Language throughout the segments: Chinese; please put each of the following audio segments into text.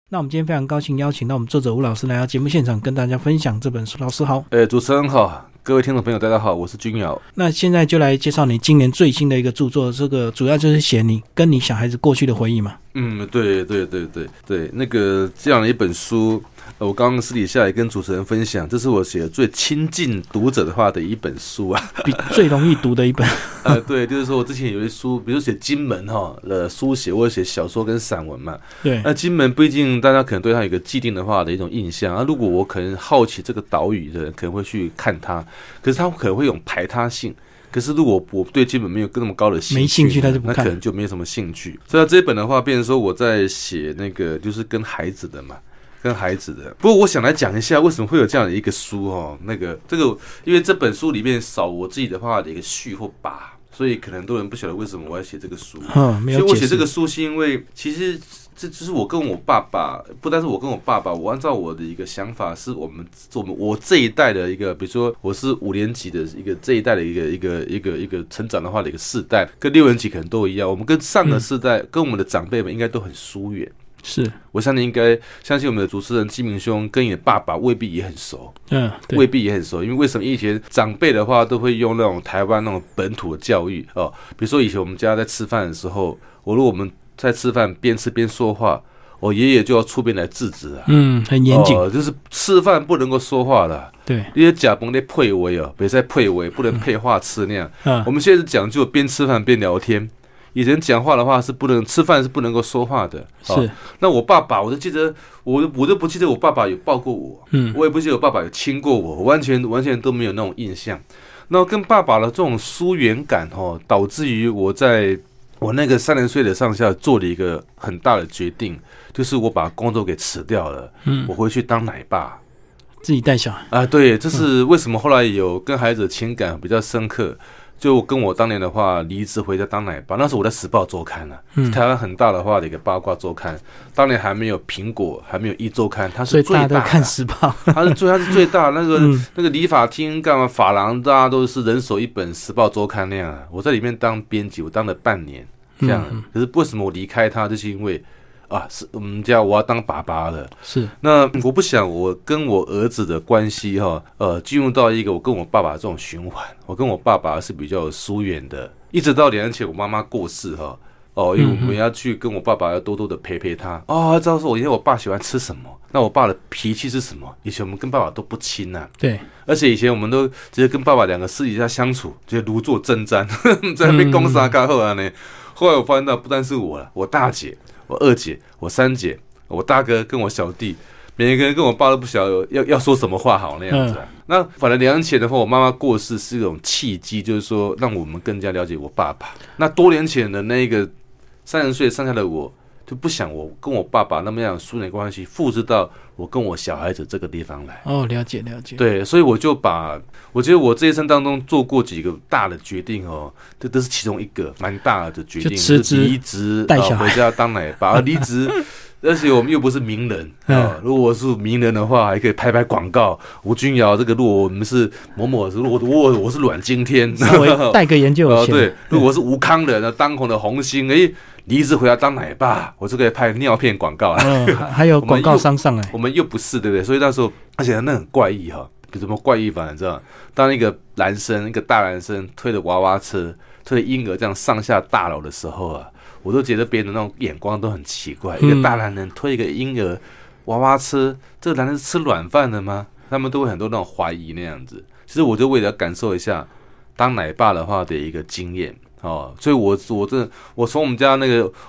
那我们今天非常高兴邀请到我们作者吴老师来到节目现场跟大家分享这本书。老师好。 主持人好，各位听众朋友大家好，我是君尧。 那现在就来介绍你今年最新的一个著作，这个主要就是写你跟你小孩子过去的回忆嘛。 对，那个这样的一本书，我刚刚私底下也跟主持人分享，这是我写的最亲近读者的话的一本书啊， 比最容易读的一本。 对，就是说我之前有一书，比如写金门的书写，或者写小说跟散文嘛。 对， 那金门不一定大家可能对它有一个既定的话的一种印象啊。如果我可能好奇这个岛屿的人，可能会去看它，可是它可能会有排他性。可是如果我对金门没有那么高的兴趣， 没兴趣他就不看， 那可能就没什么兴趣。所以这一本的话，变成说我在写那个就是跟孩子的嘛。不过我想来讲一下为什么会有这样的一个书这个因为这本书里面少我自己的话的一个序或跋，所以可能很多人不晓得为什么我要写这个书。 没有解释。 所以我写这个书是因为其实这就是我跟我爸爸，不单是我跟我爸爸，我按照我的一个想法是我这一代的一个，比如说我是5年级的一个这一代的一个成长的话的一个世代，跟6年级可能都一样，我们跟上个世代跟我们的长辈们应该都很疏远。 是， 我相信我们的主持人基明兄跟你的爸爸未必也很熟，未必也很熟，因为为什么以前长辈的话都会用那种台湾那种本土的教育比如说以前我们家在吃饭的时候，如果我们在吃饭边吃边说话，我爷爷就要出边来制止啊， 很严谨， 就是吃饭不能够说话的， 对， 因为假崩在配位别再配位，不能配话吃那样。我们现在是讲究边吃饭边聊天。以前讲话的话是不能吃饭，是不能够说话的。 是， 那我爸爸，我就记得，我都不记得我爸爸有抱过我，我也不记得我爸爸有亲过我，完全都没有那种印象。那跟爸爸的这种疏远感导致于我在我那个30岁的上下做了一个很大的决定，就是我把工作给辞掉了，我回去当奶爸， 自己带小孩啊。对，这是为什么后来有跟孩子的情感比较深刻。就跟我当年的话离职回家当奶爸，那时候我在《时报周刊》台湾很大的话的一个八卦周刊，当年还没有苹果，还没有一周刊，它是最大的。 所以大家都看《时报》 它是最大的那个理发厅干嘛发廊，大家都是人手一本《时报周刊》那样。我在里面当编辑，我当了半年这样。可是为什么我离开它，就是因为是我们家我要当爸爸了， 是那我不想我跟我儿子的关系进入到一个我跟我爸爸这种循环。我跟我爸爸是比较疏远的，一直到2年前我妈妈过世因为我们要去跟我爸爸要多多的陪他知道说以前我爸喜欢吃什么，那我爸的脾气是什么，以前我们跟爸爸都不亲对， 而且以前我们都直接跟爸爸2个私底下相处，直接如坐针毡在那边攻杀干后呢。后来我发现到不单是我了，我大姐、我二姐、我三姐、我大哥跟我小弟，每个人跟我爸都不晓得要说什么话好那样子那反正2年前的话，我妈妈过世是一种契机，就是说让我们更加了解我爸爸。那多年前的那个30岁上下的我，就不想我跟我爸爸那么样疏远关系复制到我跟我小孩子这个地方来。 了解。 对，所以我觉得我这一生当中做过几个大的决定这都是其中一个蛮大的决定，就是离职回家当奶爸，离职。而且我们又不是名人如果我是名人的话，还可以拍广告。吴君尧这个，如果我们是某某，如果我是阮经天， 稍微带个研究有钱对，如果我是吴康仁当红的红星，离职回来当奶爸，我就可以拍尿片广告还有广告商上来， 我们又不是，对不对？所以那时候，而且那很怪异有什么怪异法？你知道，当一个大男生推着娃娃车，推着婴儿这样上下大楼的时候我都觉得别人的那种眼光都很奇怪。一个大男人推一个婴儿娃娃车，这个男人是吃软饭的吗？他们都会很多那种怀疑那样子。其实我就为了感受一下当奶爸的话的一个经验所以我从我们家那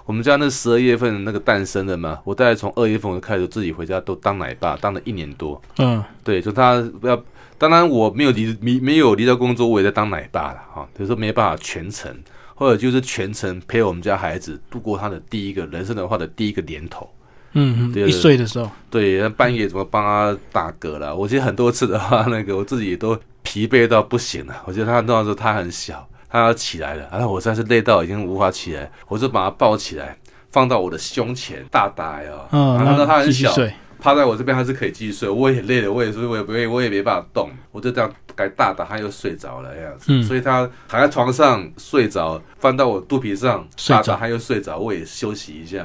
12月份那个诞生的嘛，我大概从2月份我就开始自己回家都当奶爸，当了1年多。对，就当然我没有离到工作，我也在当奶爸了就是说没办法全程。或者就是全程陪我们家孩子度过他的第一个人生的话的第一个年头 ，1岁的时候， 对，半夜怎么帮他打嗝了？我记得很多次的话，我自己也都疲惫到不行了。我觉得他那时候他很小，他要起来了，然后我实在是累到已经无法起来，我就把他抱起来，放到我的胸前，大打然后他很小，趴在我这边他是可以继续睡，我也累了，我也没办法动，我就这样该大打，他又睡着了这样子，所以他躺在床上睡着，翻到我肚皮上大打，他又睡着，我也休息一下。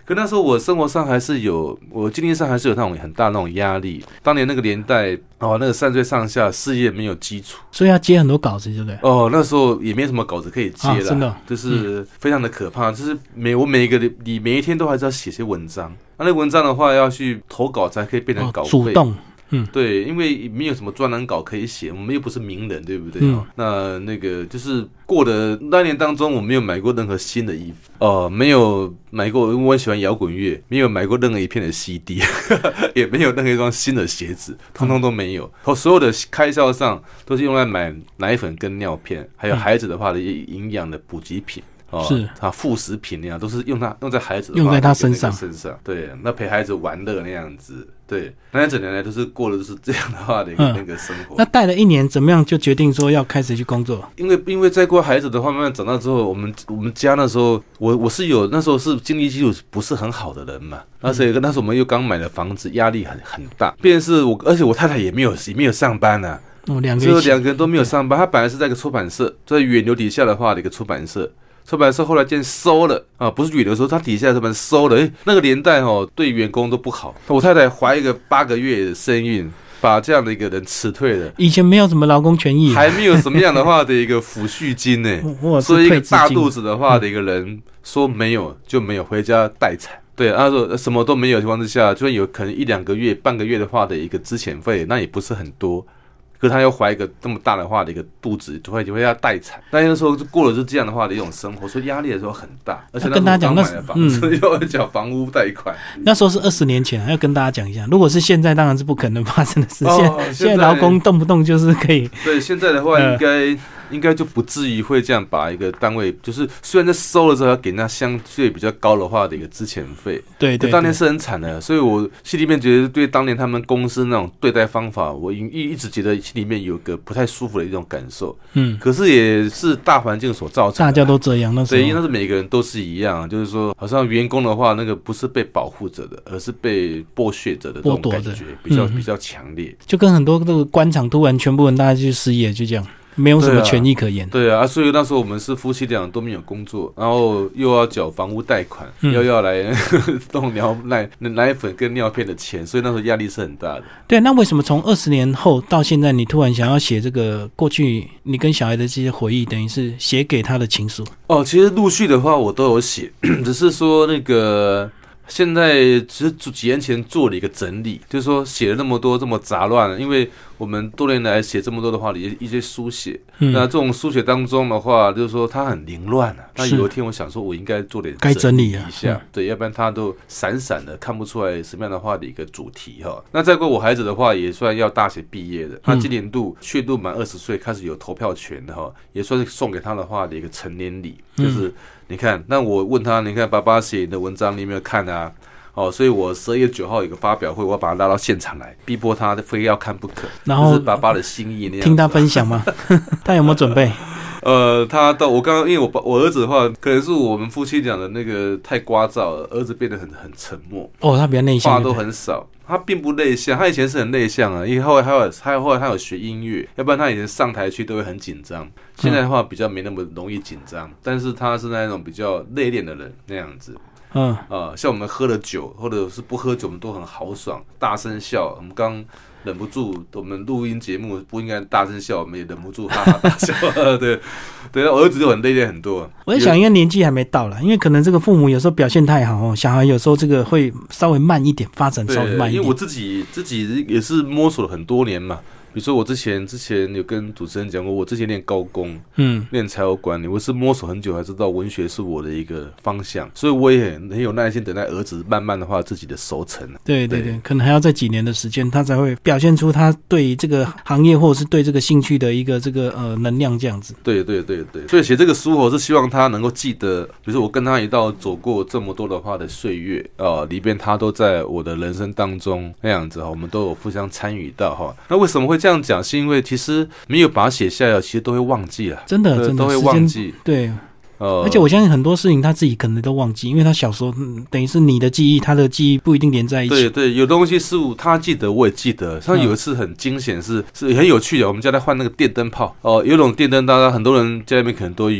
可那时候我生活上还是有，我经济上还是有那种很大那种压力。当年那个年代那个30岁上下事业没有基础， 所以要接很多稿子，对不对？ 那时候也没什么稿子可以接了， 真的， 就是非常的可怕。就是我每一天都还是要写些文章，那文章的话要去投稿才可以变成稿费， 主动。 对，因为没有什么专栏稿可以写，我们又不是名人，对不对？那个就是过的那年当中，我没有买过任何新的衣服，没有买过，因为我很喜欢摇滚乐，没有买过任何一片的 CD， 也没有任何一双新的鞋子，通通都没有。所有的开销上都是用来买奶粉跟尿片，还有孩子的话的营养的补给品。 是副食品那样都是用在孩子的用在他身上， 对，那陪孩子玩乐那样子，对，那整年来都是过的就是这样的话的一个那个生活。 那带了1年，怎么样就决定说要开始去工作？ 因为再过孩子的话，慢慢长大之后，我们家那时候我是有那时候是经济基础不是很好的人嘛，那时候我们又刚买了房子，压力很大，便是而且我太太也没有上班啊。 所以 2个人都没有上班。他本来是在一个出版社，在远流底下的话的一个出版社后来竟收了啊，不是远流的时候，他底下的出版社收了。那个年代对员工都不好。我太太怀一个8个月的身孕，把这样的一个人辞退了。 以前没有什么劳工权益， 还没有什么样的话的一个抚恤金呢。所以一个大肚子的话的一个人说没有就没有，回家待产。对，他说什么都没有的情况之下，就算有可能1-2个月、半个月的话的一个资遣费，那也不是很多。可是他又怀一个这么大的话的一个肚子，就会要待产。那时候就过了是这样的话的一种生活，所以压力的时候很大。而且跟大家讲， 买了房子又要缴房屋贷款。 那时候是20年前，要跟大家讲一下。如果是现在，当然是不可能发生的事。现在劳工动不动就是可以。 对，现在的话应该就不至于会这样把一个单位，就是虽然在收了之后要给人家相对比较高的话的一个资遣费， 对， 当年是很惨的，所以我心里面觉得对当年他们公司那种对待方法，我一直觉得心里面有个不太舒服的一种感受。可是也是大环境所造成的， 大家都这样，那时候对，因为那是每个人都是一样，就是说好像员工的话，那个不是被保护者的，而是被剥削者的这种感觉，比较强烈， 就跟很多这个官场突然全部人大家去失业，就这样。没有什么权益可言。 对啊，所以那时候我们是夫妻俩都没有工作，然后又要缴房屋贷款，又要来弄奶粉跟尿片的钱，所以那时候压力是很大的。 对，那为什么从20年后到现在，你突然想要写这个过去你跟小孩的这些回忆，等于是写给他的情书？ 其实陆续的话我都有写，只是说那个。现在其实几年前做了一个整理，就是说写了那么多这么杂乱，因为我们多年来写这么多的话的一些书写，那这种书写当中的话，就是说它很凌乱啊。那有一天我想说，我应该做点整理一下，对，要不然它都散散的，看不出来什么样的话的一个主题哈。那再过我孩子的话，也算要大学毕业的，他今年度确度满20岁，开始有投票权的哈，也算是送给他的话的一个成年礼，就是。你看，那我问他，你看爸爸写的文章你有没有看啊？所以我12月9号有个发表会，我要把他拉到现场来，逼迫他非要看不可。然后就是爸爸的心意那样。 听他分享吗？他有没有准备？ 我刚刚因为我儿子的话，可能是我们夫妻俩的那个太聒噪了，儿子变得很沉默。 他比较内向， 话都很少。他并不内向，他以前是很内向啊，因为后来他有学音乐，要不然他以前上台去都会很紧张。现在的话比较没那么容易紧张，但是他是那种比较内敛的人那样子。像我们喝了酒或者是不喝酒，我们都很豪爽，大声笑。我们刚忍不住，我们录音节目不应该大声笑，我们也忍不住哈哈大笑。对，我儿子就很内敛很多。 我在想，因为年纪还没到啦，因为可能这个父母有时候表现太好，小孩有时候这个会稍微慢一点，发展稍微慢一点。 因为我自己也是摸索了很多年嘛。比如说我之前有跟主持人讲过，我之前练高工，练财务管理，我是摸索很久才知道文学是我的一个方向，所以我也很有耐心等待儿子慢慢的话自己的熟成。 对，可能还要在几年的时间，他才会表现出他对这个行业或者是对这个兴趣的一个这个能量这样子。对， 所以写这个书我是希望他能够记得，比如说我跟他一道走过这么多的话的岁月里边他都在我的人生当中那样子，我们都有互相参与到哈。那为什么会这样讲？是因为其实没有把它写下来，其实都会忘记了， 真的都会忘记。 对，而且我相信很多事情他自己可能都忘记，因为他小时候等于是你的记忆，他的记忆不一定连在一起。 对，有东西是他记得，我也记得。像有一次很惊险，是很有趣的。我们家在换那个电灯泡有一种电灯，大家很多人家里面可能都有。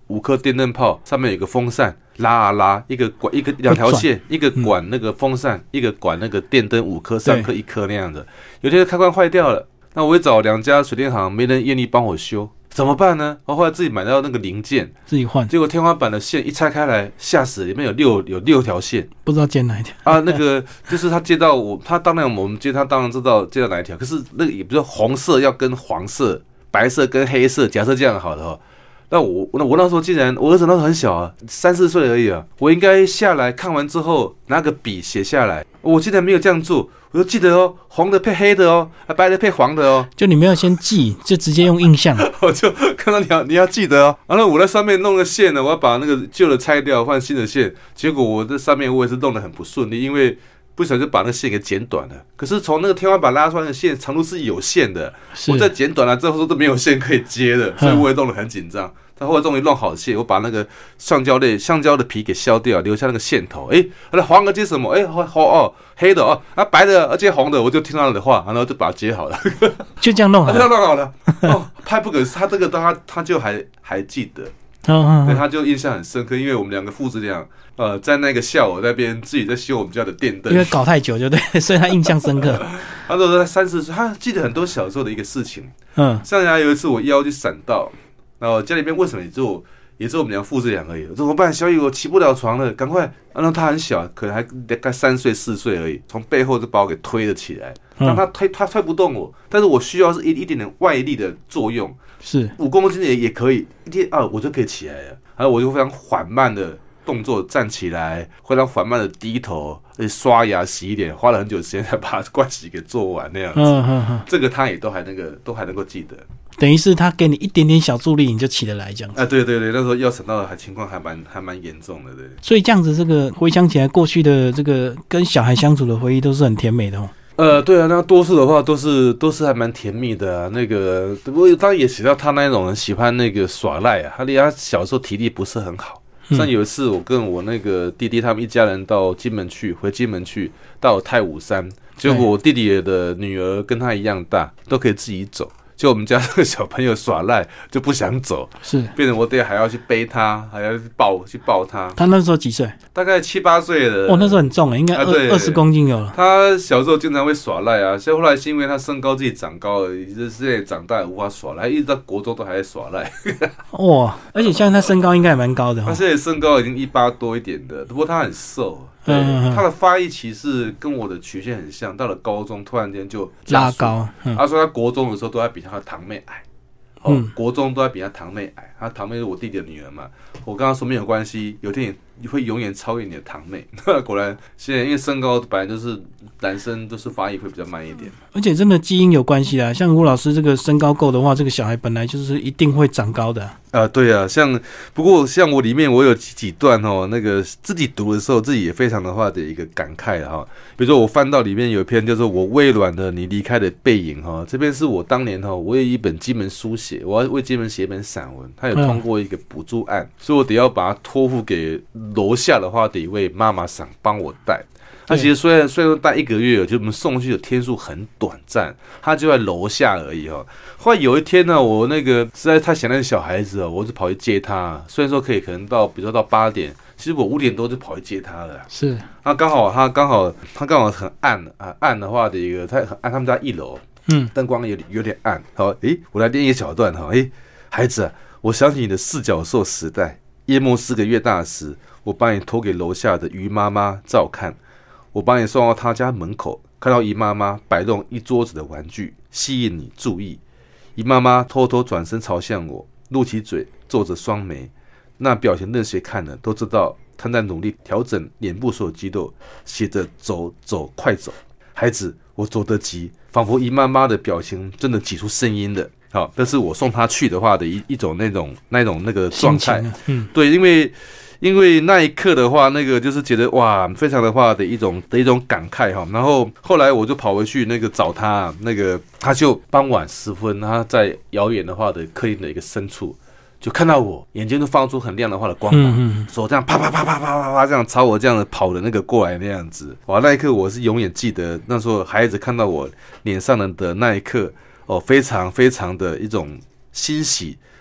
5颗电灯泡，上面有个风扇，拉啊拉，一个管一个2条线，一个管那个风扇，一个管那个电灯5颗3颗1颗那样的。有天开关坏掉了，那我也找2家水电行，没人愿意帮我修，怎么办呢？我后来自己买到那个零件， 自己换。 结果天花板的线一拆开来，吓死了，里面有6条线， 不知道接哪一条啊？那个就是他接到我，他当然我们接他当然知道接到哪一条，可是那个也不是红色要跟黄色，白色跟黑色，假设这样好的哈。那我那时候竟然，我儿子那时候很小啊，3、4岁而已啊，我应该下来看完之后拿个笔写下来，我竟然没有这样做。我就记得哦，红的配黑的哦，白的配黄的哦。 就你没有先记，就直接用印象。 我就看到你要记得哦。然后我在上面弄个线呢，我要把那个旧的拆掉，换新的线。结果我这上面我也是弄得很不顺利，因为不小心把那个线给剪短了。可是从那个天花板拉出来的线长度是有限的，我再剪短了之后都没有线可以接的，所以我也弄得很紧张。他后来终于弄好线，我把那个橡胶的皮给削掉，留下那个线头。那黄的接什么？黑的哦，白的接红的，我就听他的话，然后就把它接好了， 就这样弄好了， 就这样弄好了。太不可思议，他这个他就还记得，对，他就印象很深刻，因为我们2个父子俩，在那个下午那边自己在修我们家的电灯， 因为搞太久就对，所以他印象深刻。 他说他30岁，他记得很多小时候的一个事情。像有一次我腰去闪到。然后家里面为什么也只有我们2父子俩而已？怎么办？小雨我起不了床了，赶快！然后他很小，可能还大概3岁4岁而已，从背后就把我给推了起来。但他推不动我，但是我需要是一点点外力的作用， 是 5公斤也可以，我就可以起来了。然后我就非常缓慢的动作站起来，非常缓慢的低头，而且刷牙洗脸，花了很久时间才把盥洗给做完那样子。这个他也都还能够记得。 等于是他给你一点点小助力，你就起得来这样子。 对，那时候腰闪到的情况还蛮严重的，对。 所以这样子，这个回想起来，过去的这个跟小孩相处的回忆都是很甜美的哦。 对啊，那多数的话都是还蛮甜蜜的啊。那个我当然也写到他那种人喜欢那个耍赖啊，他小时候体力不是很好。像有一次我跟我那个弟弟他们一家人到回金门去，到太武山，结果我弟弟的女儿跟他一样大，都可以自己走。就我们家这个小朋友耍赖就不想走， 是变成我爹还要去背他，还要去抱他。 他那时候几岁？ 大概7、8岁了。 那时候很重应该20公斤有了。 他小时候经常会耍赖啊，所以后来是因为他身高自己长高了，就是长大也无法耍赖，一直到国中都还在耍赖。 而且像他身高应该也蛮高的。 他现在身高已经180多一点的，不过他很瘦。他的发育其实跟我的曲线很像，到了高中突然间就拉高。 他说他国中的时候都在比他的堂妹矮，国中都在比他堂妹矮。他堂妹是我弟弟的女儿嘛，我跟他说没有关系，有天你会永远超越你的堂妹。果然现在因为身高本来就是男生都是发育会比较慢一点， 而且真的基因有关系啦。像吴老师这个身高够的话，这个小孩本来就是一定会长高的。 对啊，不过像我里面我有几段那个自己读的时候，自己也非常的话的一个感慨哈。比如说我翻到里面有一篇叫做《我微软的你离开的背影》哈，这边是我当年我有一本金门书写，我要为金门写一本散文，他有通过一个补助案，所以我得要把它托付给楼下的话的一位妈妈桑帮我带。他其实虽然带1个月，就我们送去的天数很短暂，他就在楼下而已哈。后来有一天呢，我那个实在太想那个小孩子我就跑去接他。虽然说可能到比如说到8点，其实我5点多就跑去接他了。 是， 他刚好很暗暗的话的一个，他很暗，他们家1楼，灯光有点暗。好，我来念一个小段哈。孩子啊，我想起你的4角兽时代，夜幕4个月大时，我把你托给楼下的于妈妈照看。我把你送到他家门口，看到姨妈妈摆弄一桌子的玩具，吸引你注意。姨妈妈偷偷转身朝向我，露起嘴，皱着双眉，那表情任谁看了都知道她在努力调整脸部所有肌肉，写着走走快走。孩子，我走得急，仿佛姨妈妈的表情真的挤出声音的。好，这是我送她去的话的一种那个状态。对，因为那一刻的话，那个就是觉得哇，非常的话的一种感慨哈。然后后来我就跑回去那个找他，那个他就傍晚时分，他在遥远的话的客厅的一个深处，就看到我，眼睛就放出很亮的话的光芒，手这样啪啪啪啪啪啪啪这样朝我这样跑的那个过来那样子。哇，那一刻我是永远记得，那时候孩子看到我脸上的那一刻，非常非常的一种欣喜。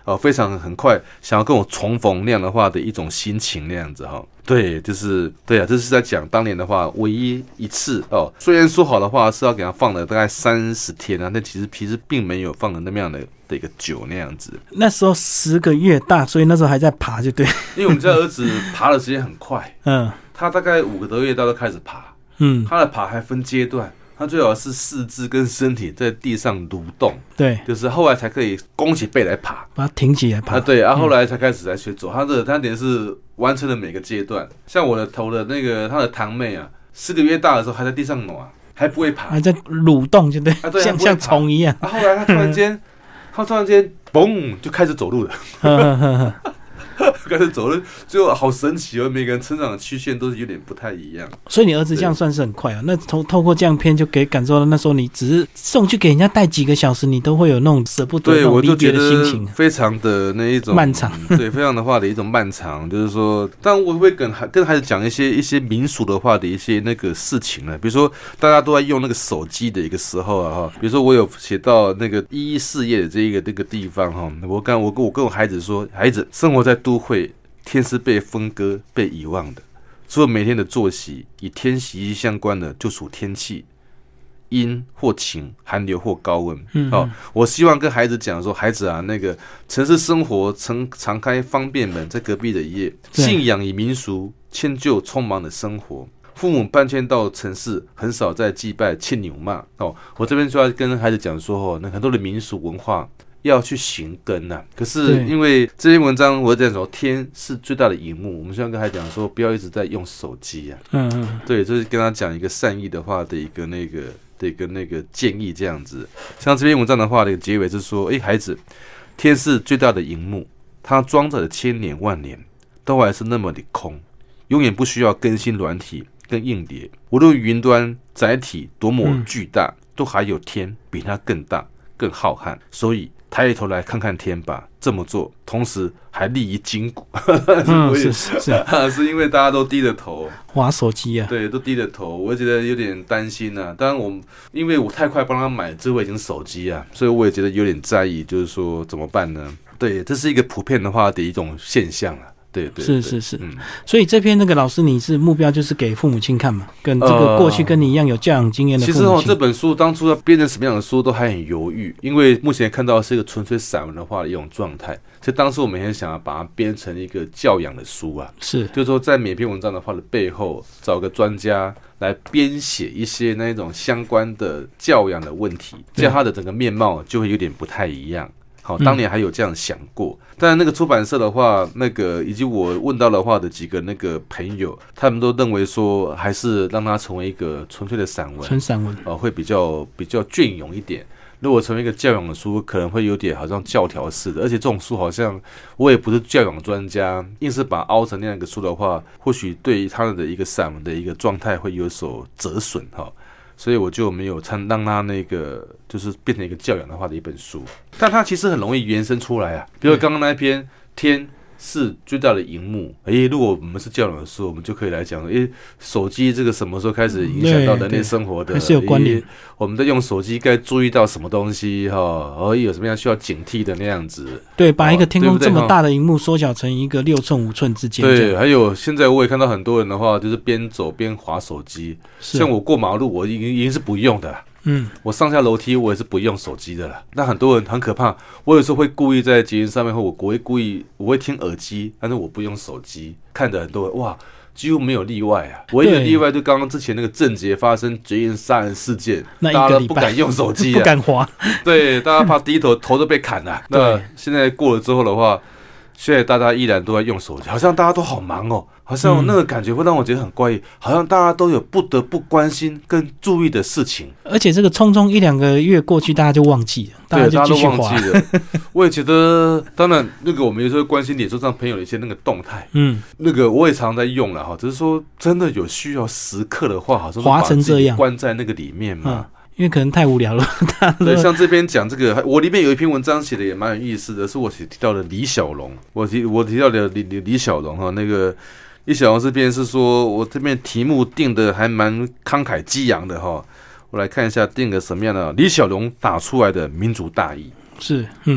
非常很快想要跟我重逢那样的话的一种心情那样子哈。对，就是对啊，这是在讲当年的话唯一一次哦。虽然说好的话是要给他放了大概30天啊，但其实并没有放了那么样的一个久那样子。 那时候10个月大，所以那时候还在爬，就对。 因为我们家儿子爬的时间很快，他大概5个多月大就开始爬，他的爬还分阶段。他最好是四肢跟身体在地上蠕动，对，就是后来才可以弓起背来爬， 把它挺起来爬。 对，后来才开始来学走。他等于是完成了每个阶段。像我的头的那个他的堂妹啊，4个月大的时候还在地上挪，还不会爬， 还在蠕动，对不对？像虫一样。 后来他突然间，嘣就开始走路了。开始走了，就好神奇哦！每个人成长的曲线都是有点不太一样。 所以你儿子这样算是很快啊？那透过这样片就可以感受到，那时候你只是送去给人家带几个小时，你都会有那种舍不得、那种离别的心情， 非常的那一种漫长。 对，非常的话的一种漫长，就是说，但我会跟孩子讲一些民俗的话的一些那个事情呢，比如说大家都在用那个手机的一个时候啊哈，比如说我有写到那个114页的这个地方哈，我跟我孩子说，孩子生活在都会，天是被分割、被遗忘的。除了每天的作息与天息相关的，就属天气，阴或晴，寒流或高温。我希望跟孩子讲说，孩子啊，那个城市生活常开方便门，在隔壁的一页，信仰与民俗迁就匆忙的生活。父母搬迁到城市，很少在祭拜牵牛嘛。我这边就要跟孩子讲说，那很多的民俗文化要去寻根啊。可是因为这篇文章我在讲说，天是最大的荧幕，我们希望跟孩子讲说，不要一直在用手机啊。对，就是跟他讲一个善意的话的一个那个建议这样子。像这篇文章的话的结尾是说，孩子，天是最大的荧幕，它装着的千年万年都还是那么的空，永远不需要更新软体跟硬碟。无论云端载体多么巨大，都还有天比它更大更浩瀚。所以抬起头来看看天吧，这么做同时还利于筋骨。是因为大家都低着头滑手机啊， 对，都低着头，我觉得有点担心啊。当然因为我太快帮他买智慧型手机啊，所以我也觉得有点在意，就是说怎么办呢？对，这是一个普遍的话的一种现象啊。对，是， 所以这篇那个老师，你是目标就是给父母亲看嘛，跟这个过去跟你一样有教养经验的父母亲。 其实这本书当初要编成什么样的书都还很犹豫，因为目前看到的是一个纯粹散文的话的一种状态，所以当时我们也想要把它编成一个教养的书啊，就是说在每篇文章的话的背后找个专家来编写一些那种相关的教养的问题，这样它的整个面貌就会有点不太一样。当年还有这样想过，但那个出版社的话，那个以及我问到的话的几个那个朋友，他们都认为说，还是让它成为一个纯粹的散文， 纯散文， 会比较隽永一点。如果成为一个教养的书，可能会有点好像教条式的，而且这种书好像我也不是教养专家，硬是把它凹成那样一个书的话，或许对于他的一个散文的一个状态会有所折损哈。所以我就没有让他那个就是变成一个教养的话的一本书，但它其实很容易延伸出来啊。比如刚刚那一篇天是最大的荧幕，如果我们是教养的书，我们就可以来讲，手机这个什么时候开始影响到人类生活的？ 还是有关联。 我们在用手机该注意到什么东西哈？有什么样需要警惕的那样子？ 对，把一个天空这么大的荧幕缩小成一个6寸5寸之间。 对，还有现在我也看到很多人的话，就是边走边滑手机。像我过马路，我已经是不用的啦。我上下楼梯我也是不用手机的啦。那很多人很可怕，我有时候会故意在捷运上面，或我会听耳机，但是我不用手机，看着很多人哇，几乎没有例外啊。唯一的例外就刚刚之前那个郑捷发生捷运杀人事件，大家都不敢用手机， 不敢滑， 对，大家怕低头都被砍了。那现在过了之后的话，现在大家依然都在用手机，好像大家都好忙哦，好像那个感觉会让我觉得很怪异，好像大家都有不得不关心跟注意的事情， 而且这个匆匆1-2个月过去，大家就忘记了，大家就继续滑。 对，大家都忘记了。我也觉得，当然那个我们有时候关心脸书上朋友的一些那个动态，那个我也常常在用了哈，只是说真的有需要时刻的话，好像滑成这样， 关在那个里面嘛。 因为可能太无聊了。 对，像这边讲这个，我里面有一篇文章写的也蛮有意思的，是我提到的李小龙。我提到的李小龙哈，那个李小龙这边是说我这边题目定的还蛮慷慨激昂的哈。我来看一下定个什么样的李小龙打出来的民族大义。 是，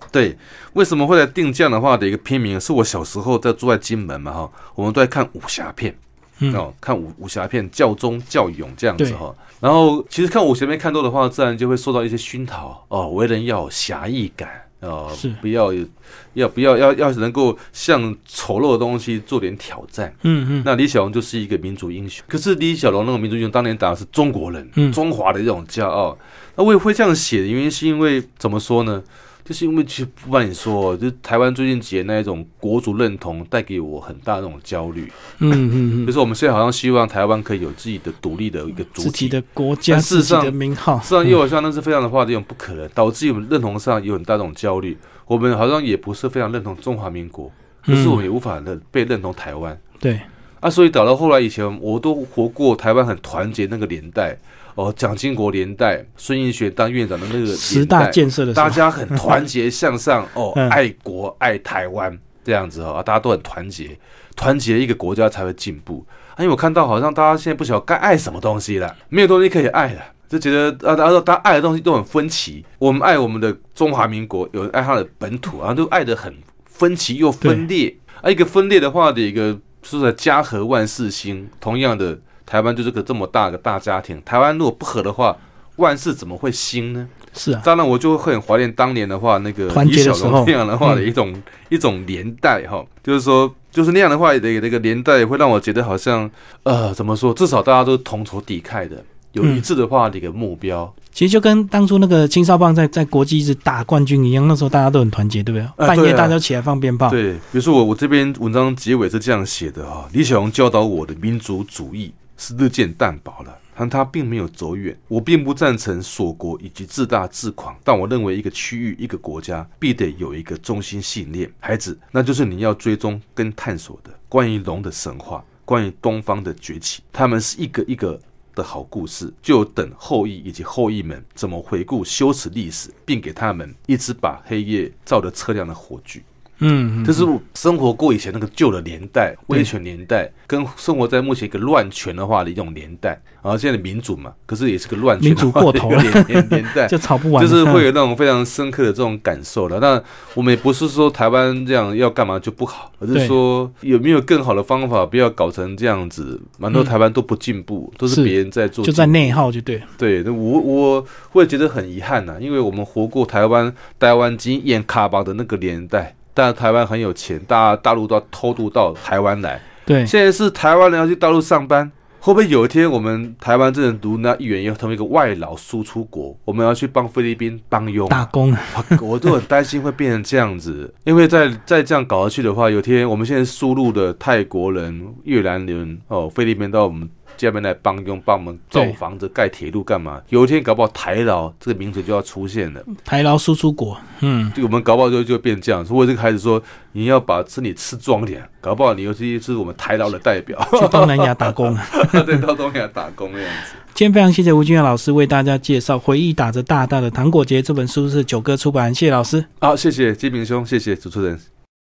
对，为什么会来定这样的话的一个片名？是我小时候在住在金门嘛，我们都在看武侠片。看武侠片，教忠教勇这样子哈。然后其实看武侠片看多的话，自然就会受到一些熏陶为人要有侠义感不要能够向丑陋的东西做点挑战。那李小龙就是一个民族英雄，可是李小龙那种民族英雄当年打的是中国人，中华的这种骄傲。那我也会这样写的原因是因为怎么说呢？就是因为其实不瞒你说，就是台湾最近几年那一种国族认同带给我很大的那种焦虑。就是我们现在好像希望台湾可以有自己的独立的一个主体， 自己的国家，自己的名号。 事实上，又好像那是非常的话这种不可能，导致我们认同上有很大这种焦虑。我们好像也不是非常认同中华民国，可是我们也无法被认同台湾。 对所以导到后来以前，我都活过台湾很团结那个年代。蒋经国年代，孙运璇当院长的那个年代， 10大建设的时候， 大家很团结向上爱国爱台湾这样子大家都很团结一个国家才会进步。因为我看到好像大家现在不晓得该爱什么东西了，没有东西可以爱了，就觉得大家爱的东西都很分歧。我们爱我们的中华民国，有人爱他的本土，都爱得很分歧又分裂。一个分裂的话的一个说是家和万事兴，同样的。台湾就是个这么大个大家庭，台湾如果不和的话，万事怎么会兴呢？ 是啊， 当然我就会很怀念当年的话，那个李小龙那样的话的一种年代就是说，就是那样的话的那个年代，会让我觉得好像怎么说，至少大家都同仇敌忾的，有一致的话的一个目标。 其实就跟当初那个青少棒在国际一直打冠军一样，那时候大家都很团结，对不对？半夜大家都起来放鞭炮。 对，比如说我这边文章结尾是这样写的李小龙教导我的民族主义是日渐淡薄了，但他并没有走远。我并不赞成锁国以及自大自狂，但我认为一个区域、一个国家必得有一个中心信念，孩子，那就是你要追踪跟探索的关于龙的神话，关于东方的崛起，他们是一个一个的好故事，就等后裔以及后裔们怎么回顾羞耻历史，并给他们一直把黑夜照得车亮的火炬。这是生活过以前那个旧的年代，威权年代，跟生活在目前一个乱权的话的一种年代。现在的民主嘛，可是也是个乱权的话的一个年代， 就吵不完， 就是会有那种非常深刻的这种感受了。那我们也不是说台湾这样要干嘛就不好，而是说有没有更好的方法，不要搞成这样子，蛮多台湾都不进步，都是别人在做， 就在内耗就对了。 对，我会觉得很遗憾因为我们活过台湾经验卡巴的那个年代。但台湾很有钱，大陆都要偷渡到台湾来。 对， 现在是台湾人要去大陆上班，会不会有一天我们台湾真的读那议员要成为一个外劳输出国，我们要去帮菲律宾帮佣打工？ 我都很担心会变成这样子，因为再这样搞下去的话，有一天我们现在输入的泰国人、越南人、菲律宾到我们这边来帮佣，帮我们造房子、盖铁路干嘛？有一天搞不好台劳这个名词就要出现了，台劳输出国， 就我们搞不好就变这样。如果这个孩子说你要把身体吃壮点，搞不好你又是我们台劳的代表， 去东南亚打工， 对，到东南亚打工那样子。 今天非常谢谢吴君阳老师为大家介绍《回忆打着大大的糖果节》这本书，是九歌出版，谢谢老师。 好，谢谢金平兄，谢谢主持人。